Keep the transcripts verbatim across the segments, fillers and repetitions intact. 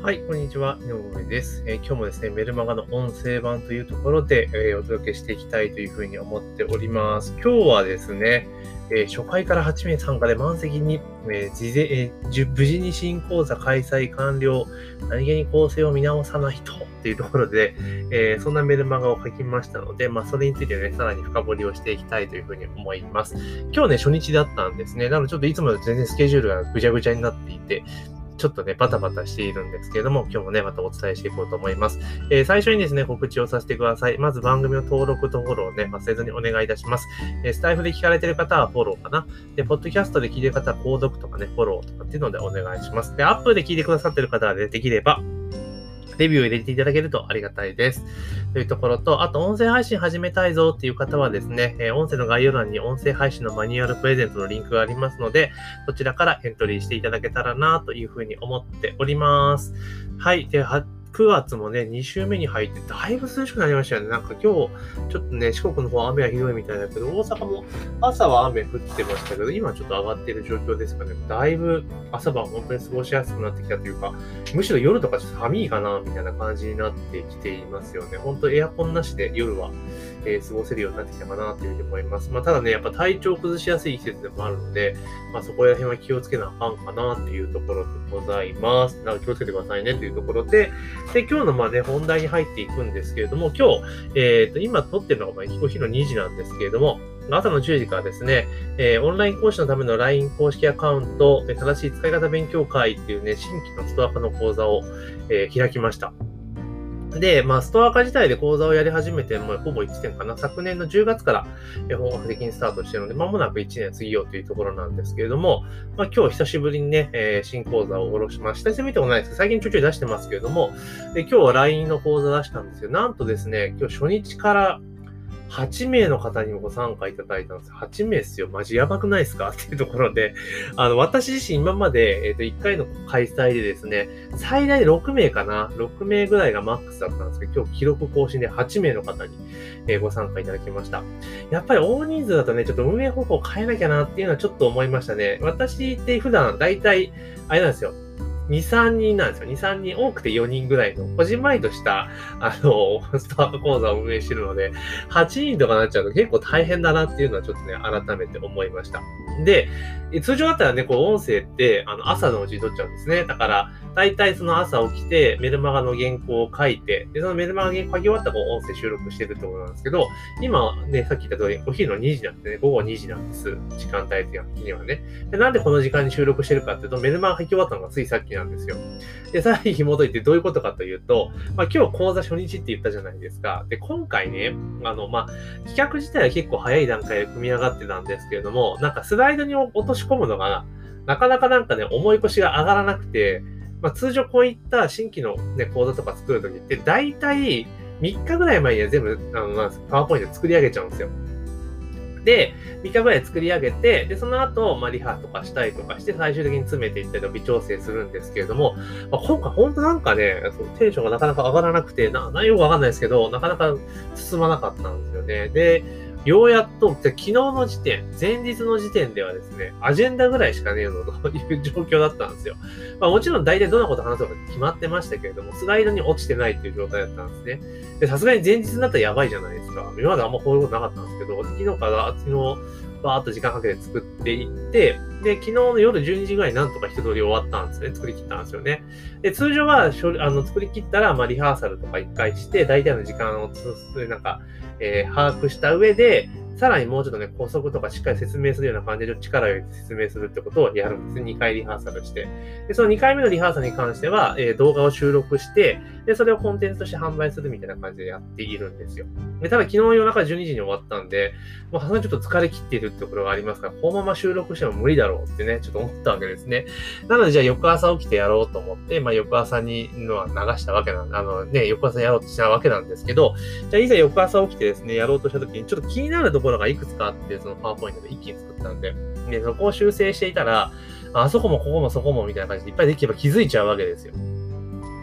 はい、こんにちは。井上です、えー。今日もですね、メルマガの音声版というところで、えー、お届けしていきたいというふうに思っております。今日はですね、えー、初回からはちめい参加で満席に、えー事前えー、無事に新講座開催完了、何気に構成を見直さないとっていうところで、えー、そんなメルマガを書きましたので、まあ、それについてね、さらに深掘りをしていきたいというふうに思います。今日ね、初日だったんですね。なので、ちょっといつもより全然スケジュールがぐちゃぐちゃになっていて、ちょっとね、バタバタしているんですけれども、今日もね、またお伝えしていこうと思います。えー、最初にですね、告知をさせてください。まず番組の登録とフォローをね、忘れずにお願いいたします。えー、スタイフで聞かれている方はフォローかな。で、ポッドキャストで聞いている方は購読とかね、フォローとかっていうのでお願いします。で、アップで聞いてくださっている方はね、できれば、レビューを入れていただけるとありがたいです。というところと、あと音声配信始めたいぞっていう方はですね、えー、音声の概要欄に音声配信のマニュアルプレゼントのリンクがありますので、そちらからエントリーしていただけたらなというふうに思っております。はい。で、くがつもね、に週目に入って、だいぶ涼しくなりましたよね。なんか今日、ちょっとね、四国の方雨はひどいみたいだけど、大阪も朝は雨降ってましたけど、今ちょっと上がっている状況ですかね。だいぶ朝晩本当に過ごしやすくなってきたというか、むしろ夜とかちょっと寒いかな、みたいな感じになってきていますよね。本当エアコンなしで夜は、えー、過ごせるようになってきたかなというふうに思います。まあ、ただね、やっぱ体調崩しやすい季節でもあるので、まあ、そこら辺は気をつけなあかんかなっていうところでございます。なので気をつけてくださいねというところで、で、今日のまあね、本題に入っていくんですけれども、今日、えっと、今撮ってるのがお昼にじなんですけれども、朝のじゅうじからですね、えー、オンライン講師のための ライン 公式アカウント、正しい使い方勉強会っていうね、新規のストア化の講座を、えー、開きました。で、まあ、ストア化自体で講座をやり始めて、もうほぼいちねんかな。昨年のじゅうがつから本格的にスタートしているので、間もなくいちねん過ぎようというところなんですけれども、まあ、今日久しぶりにね、えー、新講座を下ろしました。してみてもないですけど、最近ちょいちょい出してますけれども、で今日は ライン の講座出したんですよ。なんとですね、今日初日からはちめいの方にもご参加いただいたんですよ。はちめいですよ。マジやばくないですかっていうところで、あの、私自身今まで、えっと、いっかいの開催でですね、最大ろくめいかな ?ろく 名ぐらいがマックスだったんですけど、今日記録更新ではちめいの方に、えー、ご参加いただきました。やっぱり大人数だとね、ちょっと運営方法を変えなきゃなっていうのはちょっと思いましたね。私って普段、だいたい、あれなんですよ。に、さんにんなんですよ。に、さんにん、多くてよにんぐらいの、こじんまりとした、あの、スタート講座を運営してるので、はちにんとかなっちゃうと結構大変だなっていうのはちょっとね、改めて思いました。で、通常だったらね、こう、音声って、あの、朝のうちに撮っちゃうんですね。だから、だいたいその朝起きて、メルマガの原稿を書いて、で、そのメルマガの原稿書き終わったら、こう、音声収録してるってことなんですけど、今ね、さっき言った通り、お昼のにじなんでね、午後にじなんです。時間帯的にはね。で、なんでこの時間に収録してるかっていうと、メルマガ書き終わったのがついさっきなんですよ。で、さらに紐解いてどういうことかというと、まあ、今日講座初日って言ったじゃないですか。で、今回ね、あの、まあ、企画自体は結構早い段階で組み上がってたんですけれども、なんかスライドに落とし込むのが、なかなかなんかね、思い越しが上がらなくて、まあ、通常こういった新規のね、講座とか作るときって、だいたいみっかぐらい前には全部、あの、まあ、パワーポイントで作り上げちゃうんですよ。で、みっかぐらい作り上げて、で、その後、まあ、リハとかしたりとかして、最終的に詰めていったりと微調整するんですけれども、まあ、今回ほんとなんかね、そのテンションがなかなか上がらなくて、な、内容がわかんないですけど、なかなか進まなかったんですよね。で、ようやっと、昨日の時点、前日の時点ではですね、アジェンダぐらいしかねえぞという状況だったんですよ。まあもちろん大体どんなこと話すのか決まってましたけれども、スライドに落ちてないっていう状態だったんですね。で、さすがに前日になったらやばいじゃないですか。今まであんまこういうことなかったんですけど、昨日から昨日、バーっと時間かけて作っていって、で、昨日の夜じゅうにじぐらいになんとか一通り終わったんですね。作り切ったんですよね。で、通常は、あの、作り切ったら、まあ、リハーサルとか一回して、大体の時間をつつ、なんか、えー、把握した上で、さらにもうちょっとね、補足とかしっかり説明するような感じで力を入れて説明するってことをやるんですね。にかいリハーサルして。で、そのにかいめのリハーサルに関しては、えー、動画を収録して、で、それをコンテンツとして販売するみたいな感じでやっているんですよ。で、ただ昨日夜中じゅうにじに終わったんで、もうさすがにちょっと疲れ切っているってところがありますから、このまま収録しても無理だろうってね、ちょっと思ったわけですね。なので、じゃあ翌朝起きてやろうと思って、まあ翌朝にのは流したわけなんあのね、翌朝やろうとしたわけなんですけど、じゃあいざ翌朝起きてですね、やろうとした時に、ちょっと気になるところがいくつかあって、そのパワーポイントで一気に作ったんで、で、そこを修正していたら、あそこもここもそこもみたいな感じでいっぱいできれば気づいちゃうわけですよ。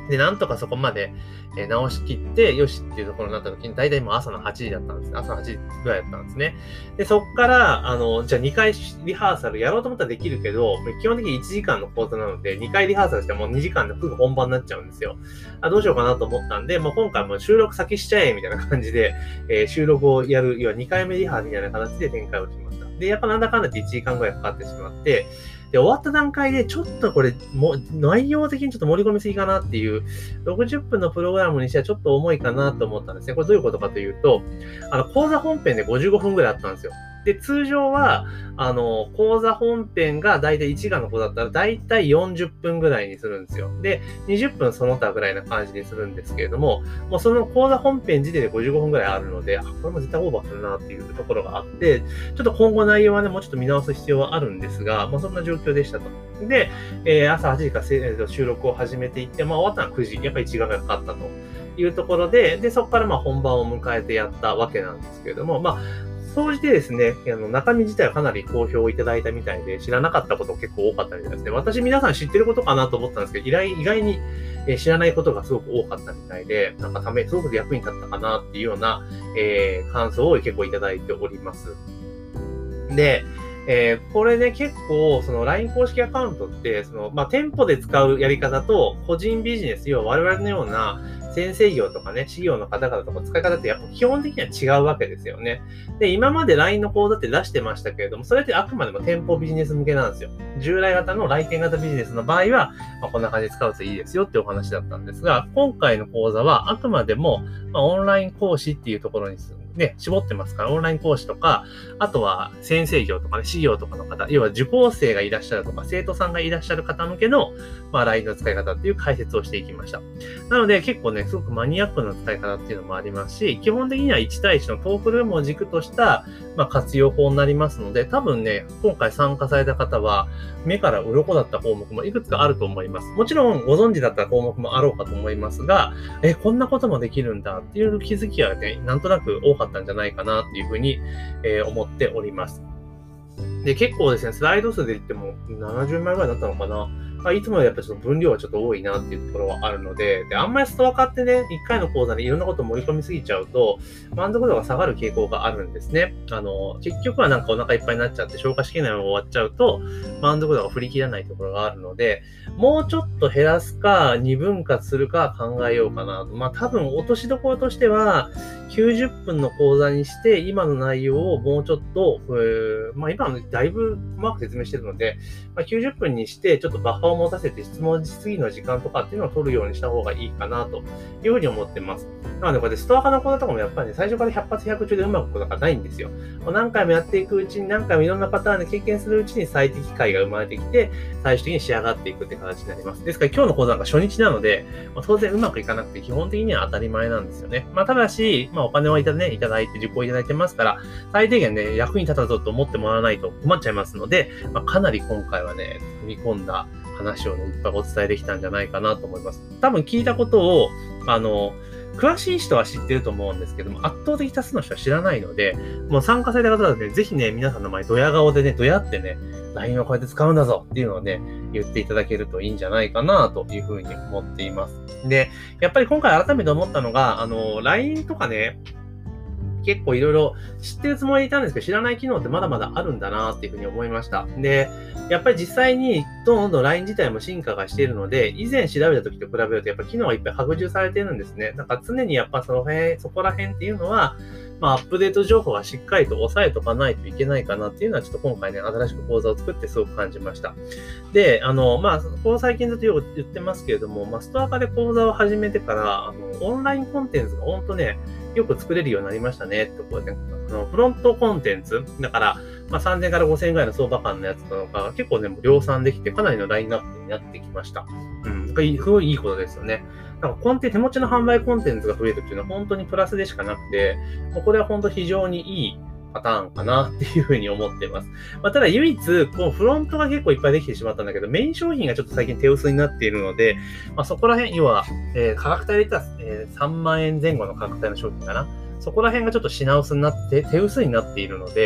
で、なんとかそこまで、えー直しきって、よしっていうところになった時に、だいたいもう朝のはちじだったんですね。朝のはちじぐらいだったんですね。で、そっから、あの、じゃあにかいリハーサルやろうと思ったらできるけど、基本的にいちじかんの講座なので、にかいリハーサルしてもうにじかんですぐ本番になっちゃうんですよ。あ、どうしようかなと思ったんで、もう今回も収録先しちゃえ、みたいな感じで、えー収録をやる、要はにかいめリハみたいな形で展開をしました。で、やっぱなんだかんだっていちじかんぐらいかかってしまって、で、終わった段階でちょっとこれ、も内容的にちょっと盛り込みすぎかなっていう、ろくじゅっぷんのプログラムにしてはちょっと重いかなと思ったんですね。これどういうことかというと、あの、講座本編でごじゅうごふんぐらいあったんですよ。で、通常は、あの、講座本編がだいたいいちじかんの講座だったら、だいたいよんじゅっぷんぐらいにするんですよ。で、にじゅっぷんその他ぐらいな感じにするんですけれども、もうその講座本編自体でごじゅうごふんぐらいあるので、あ、これも絶対オーバーするなっていうところがあって、ちょっと今後内容はね、もうちょっと見直す必要はあるんですが、まあそんな状況でしたと。で、えー朝はちじからせえー収録を始めていって、まあ終わったのはくじ、やっぱりいちじかんがかかったというところで、で、そこからまあ本番を迎えてやったわけなんですけれども、まあ、総じてですね、あの中身自体はかなり好評をいただいたみたいで、知らなかったこと結構多かったみたいですね。私皆さん知ってることかなと思ったんですけど、意外意外にえー知らないことがすごく多かったみたいで、なんかため、すごく役に立ったかなっていうような、えー感想を結構いただいております。で、えーこれね、結構、その ライン 公式アカウントって、その、まあ、店舗で使うやり方と、個人ビジネス、要は我々のような先生業とかね、事業の方々とか使い方ってやっぱ基本的には違うわけですよね。で、今まで ライン の講座って出してましたけれども、それってあくまでも店舗ビジネス向けなんですよ。従来型の来店型ビジネスの場合は、まあ、こんな感じで使うといいですよっていうお話だったんですが、今回の講座はあくまでも、まあ、オンライン講師っていうところにね、絞ってますから、オンライン講師とか、あとは先生業とかね、事業とかの方、要は受講生がいらっしゃるとか、生徒さんがいらっしゃる方向けの、まあ、ライン の使い方っていう解説をしていきました。なので、結構ね、すごくマニアックな使い方っていうのもありますし、基本的にはいち対いちのトークルームを軸とした、まあ、活用法になりますので、多分ね、今回参加された方は、目から鱗だった項目もいくつかあると思います。もちろん、ご存知だった項目もあろうかと思いますが、え、こんなこともできるんだっていう気づきはね、なんとなく多かったんじゃないかなっていうふうに、えー思っております。で、結構ですね、スライド数で言ってもななじゅうまいぐらいだったのかな。まあ、いつもよりやっぱちょっと分量はちょっと多いなっていうところはあるので、で、あんまりストア化ってね、いっかいの講座でいろんなことを盛り込みすぎちゃうと、満足度が下がる傾向があるんですね。あの、結局はなんかお腹いっぱいになっちゃって消化しきれないまま終わっちゃうと、満足度が振り切らないところがあるので、もうちょっと減らすか、二分割するか考えようかなと。まあ多分落としどころとしては、きゅうじゅっぷんの講座にして、今の内容をもうちょっと、えーまあ今のだいぶうまく説明してるので、まあ、きゅうじゅっぷんにして、ちょっとバッファーを持たせて質問次の時間とかっていうのを取るようにした方がいいかなというふうに思ってます。なのでこれストア化の講座とかもやっぱりね、最初からひゃく発ひゃく中でうまくことがないんですよ。もう何回もやっていくうちに、何回もいろんなパターンで経験するうちに最適解が生まれてきて、最終的に仕上がっていくって形になります。ですから今日の講座なんか初日なので、まあ、当然うまくいかなくて基本的には当たり前なんですよね。まあただし、まあお金をいただ、ね、いただいて受講いただいてますから、最低限ね、役に立たぞと思ってもらわないと困っちゃいますので、まあ、かなり今回はね、踏み込んだ話をね、いっぱいお伝えできたんじゃないかなと思います。多分聞いたことを、あの、詳しい人は知ってると思うんですけども、圧倒的多数の人は知らないので、もう参加された方はね、ぜひね、皆さんの前にドヤ顔でね、ドヤってね、ライン をこうやって使うんだぞっていうのをね、言っていただけるといいんじゃないかなというふうに思っています。で、やっぱり今回改めて思ったのが、あの、ライン とかね、結構いろいろ知ってるつもりでいたんですけど、知らない機能ってまだまだあるんだなっていうふうに思いました。で、やっぱり実際にどんどん ライン 自体も進化がしているので、以前調べた時と比べるとやっぱ機能がいっぱい拡充されてるんですね。だから常にやっぱその辺、そこら辺っていうのは、まあアップデート情報はしっかりと押さえておかないといけないかなっていうのはちょっと今回ね、新しく講座を作ってすごく感じました。で、あの、まあ、ここ最近ずっとよく言ってますけれども、まあ、ストア化で講座を始めてから、あの、オンラインコンテンツが本当ね、よく作れるようになりましたねってところで、ね、あのフロントコンテンツ、だから、まあ、さんぜんえんからごせんえんぐらいの相場感のやつとか、結構ね、量産できて、かなりのラインナップになってきました。うん。すごいいいことですよね。だからコンテンツ、手持ちの販売コンテンツが増えるっていうのは本当にプラスでしかなくて、もうこれは本当非常にいいパターンかなっていうふうに思っています。まあ、ただ唯一、こうフロントが結構いっぱいできてしまったんだけど、メイン商品がちょっと最近手薄になっているので、まあ、そこら辺、要は、えー、価格帯で言ったら、えー、さんまんえんぜん後の価格帯の商品かな。そこら辺がちょっと品薄になって、手薄になっているので、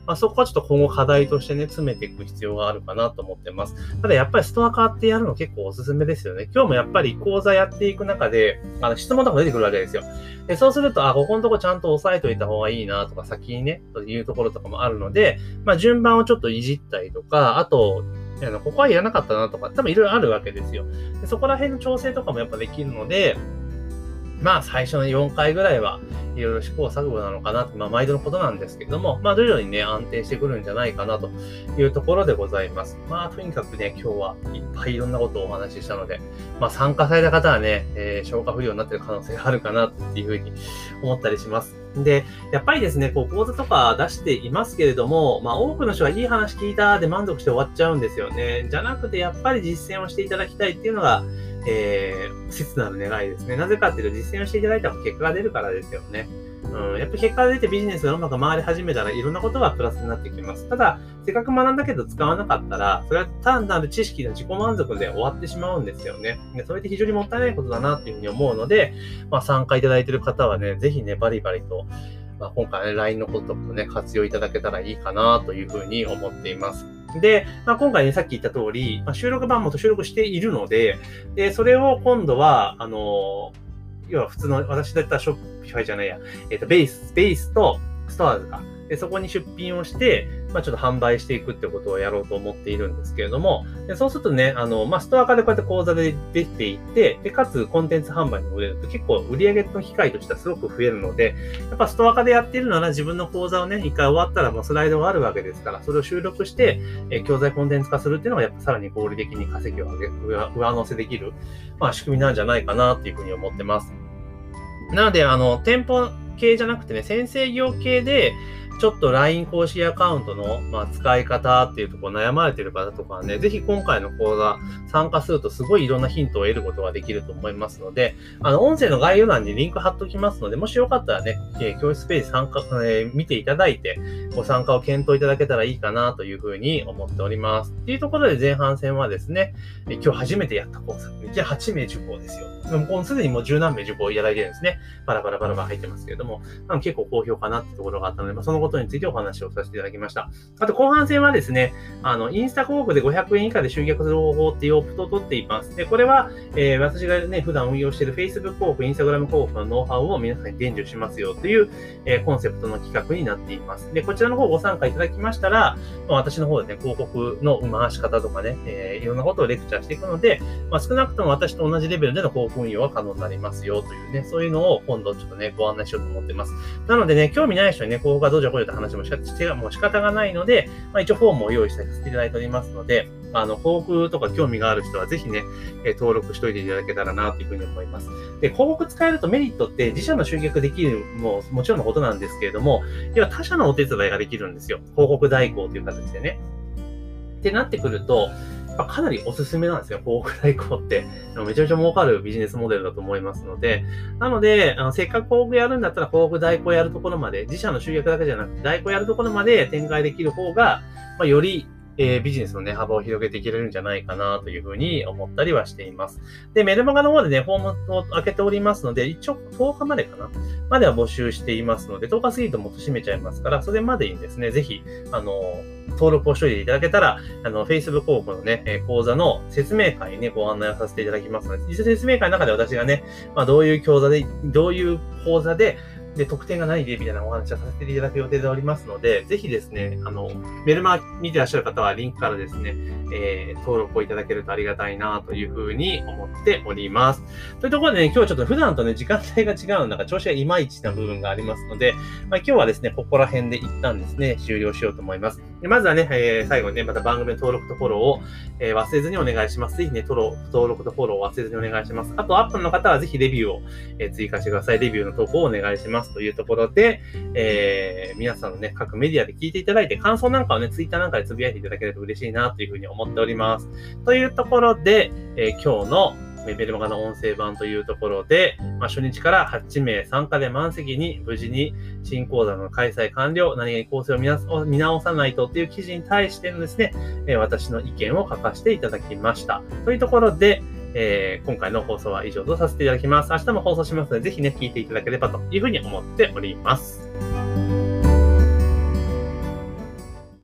まあ、そこはちょっと今後課題としてね、詰めていく必要があるかなと思ってます。ただやっぱりストア化ってやるの結構おすすめですよね。今日もやっぱり講座やっていく中で、あの質問とか出てくるわけですよ。でそうすると、あ、ここのとこちゃんと押さえといた方がいいなとか、先にね、というところとかもあるので、まあ順番をちょっといじったりとか、あと、あのここはいらなかったなとか、多分いろいろあるわけですよ。でそこら辺の調整とかもやっぱできるので、まあ最初のよんかいぐらいはいろいろ試行錯誤なのかなと、まあ毎度のことなんですけども、まあ徐々にね、安定してくるんじゃないかなというところでございます。まあとにかくね、今日はいっぱいいろんなことをお話ししたので、まあ参加された方はね、えー、消化不良になっている可能性があるかなっていうふうに思ったりします。で、やっぱりですね、こう講座とか出していますけれども、まあ多くの人がいい話聞いたで満足して終わっちゃうんですよね。じゃなくて、やっぱり実践をしていただきたいっていうのが、えー、切なる願いですね。なぜかっていうと、実践をしていただいたら結果が出るからですよね。うん、やっぱり結果が出てビジネスがうまく回り始めたらいろんなことがプラスになってきます。ただ、せっかく学んだけど使わなかったら、それは単なる知識の自己満足で終わってしまうんですよね。でそれって非常にもったいないことだなっていうふうに思うので、まあ、参加いただいている方はね、ぜひね、バリバリと、まあ、今回ね、ライン のこともね、活用いただけたらいいかなというふうに思っています。で、まあ、今回ね、さっき言った通り、まあ、収録版も収録しているので、で、それを今度は、あの、要は普通の、私だったらショッピファイじゃないや、えっと、ベース、ベースとストアーズか。で、そこに出品をして、まあ、ちょっと販売していくってことをやろうと思っているんですけれども、でそうするとね、あの、まあ、ストア化でこうやって講座で出ていって、で、かつコンテンツ販売に売れると結構売上の機会としてはすごく増えるので、やっぱストア化でやっているなら自分の講座をね、一回終わったらもうスライドがあるわけですから、それを収録して、え教材コンテンツ化するっていうのがやっぱさらに合理的に稼ぎを上げ、上、上乗せできる、まあ、仕組みなんじゃないかなっていうふうに思ってます。なので、あの、店舗系じゃなくてね、先生業系で、ちょっと ライン 公式アカウントの、まあ、使い方っていうところ悩まれている方とかはね、ぜひ今回の講座参加するとすごいいろんなヒントを得ることができると思いますので、あの、音声の概要欄にリンク貼っておきますので、もしよかったらね、えー、教室ページ参加、えー、見ていただいて、ご参加を検討いただけたらいいかなというふうに思っております。っていうところで前半戦はですね、えー、今日初めてやった講座、いきなりはちめい受講ですよ。もうすでにもう十何名受講いただいてるんですね。バラバラバラバラ入ってますけれども、結構好評かなってところがあったので、まあ、そのことについてお話をさせていただきました。あと後半戦はですね、あの、インスタ広告でごひゃくえん以下で集客する方法っていうオプトを取っています。で、これは、えー、私がね、普段運用している Facebook 広告、Instagram 広告のノウハウを皆さんに伝授しますよという、えー、コンセプトの企画になっています。で、こちらの方ご参加いただきましたら、まあ、私の方でね、広告の回し方とかね、えー、いろんなことをレクチャーしていくので、まあ、少なくとも私と同じレベルでの広告運用は可能になりますよというね、そういうのを今度ちょっとね、ご案内しようと思ってます。なのでね、興味ない人にね、広告がどうじゃこうじゃって話もししてもう仕方がないので、まあ、一応フォームを用意させていただいておりますので、あの、広告とか興味がある人はぜひね、えー、登録しておいていただけたらなというふうに思います。で、広告使えるとメリットって自社の集客できるももちろんのことなんですけれども、要は他社のお手伝いができるんですよ。広告代行という形でね。ってなってくると、かなりおすすめなんですよ、広告代行って。めちゃめちゃ儲かるビジネスモデルだと思いますので、なので、あのせっかく広告やるんだったら広告代行やるところまで、自社の集客だけじゃなくて代行やるところまで展開できる方が、まあ、よりえー、ビジネスのね、幅を広げていけれるんじゃないかなというふうに思ったりはしています。で、メルマガの方でね、フォームを開けておりますので、一応とおかまでかなまでは募集していますので、とおか過ぎるともっと閉めちゃいますから、それまでにですね、ぜひ、あの、登録をしておいていただけたら、あの、Facebook 広告のね、講座の説明会にね、ご案内をさせていただきますので、実際説明会の中で私がね、まあ、どういう講座で、どういう講座で、で、特典が何でみたいなお話をさせていただく予定でおりますので、ぜひですね、あの、メルマ見てらっしゃる方はリンクからですね、えー、登録をいただけるとありがたいなというふうに思っております。というところでね、今日はちょっと普段とね、時間帯が違う、なんか調子がいまいちな部分がありますので、まあ、今日はですね、ここら辺で一旦ですね、終了しようと思います。でまずはね、えー、最後にね、また番組の登録とフォローを、えー、忘れずにお願いします。ぜひね、登録とフォローを忘れずにお願いします。あと、アップルの方はぜひレビューを、えー、追加してください。レビューの投稿をお願いしますというところで、えー、皆さんのね、各メディアで聞いていただいて、感想なんかをね、ツイッターなんかでつぶやいていただけると嬉しいなというふうに思っております。というところで、えー、今日のメルマガの音声版というところで、まあ、初日からはちめい参加で満席に無事に新講座の開催完了、何気に構成を見直見直さないとっていう記事に対してのですね、えー、私の意見を書かせていただきました。というところで、えー、今回の放送は以上とさせていただきます。明日も放送しますので、ぜひね、聞いていただければというふうに思っております。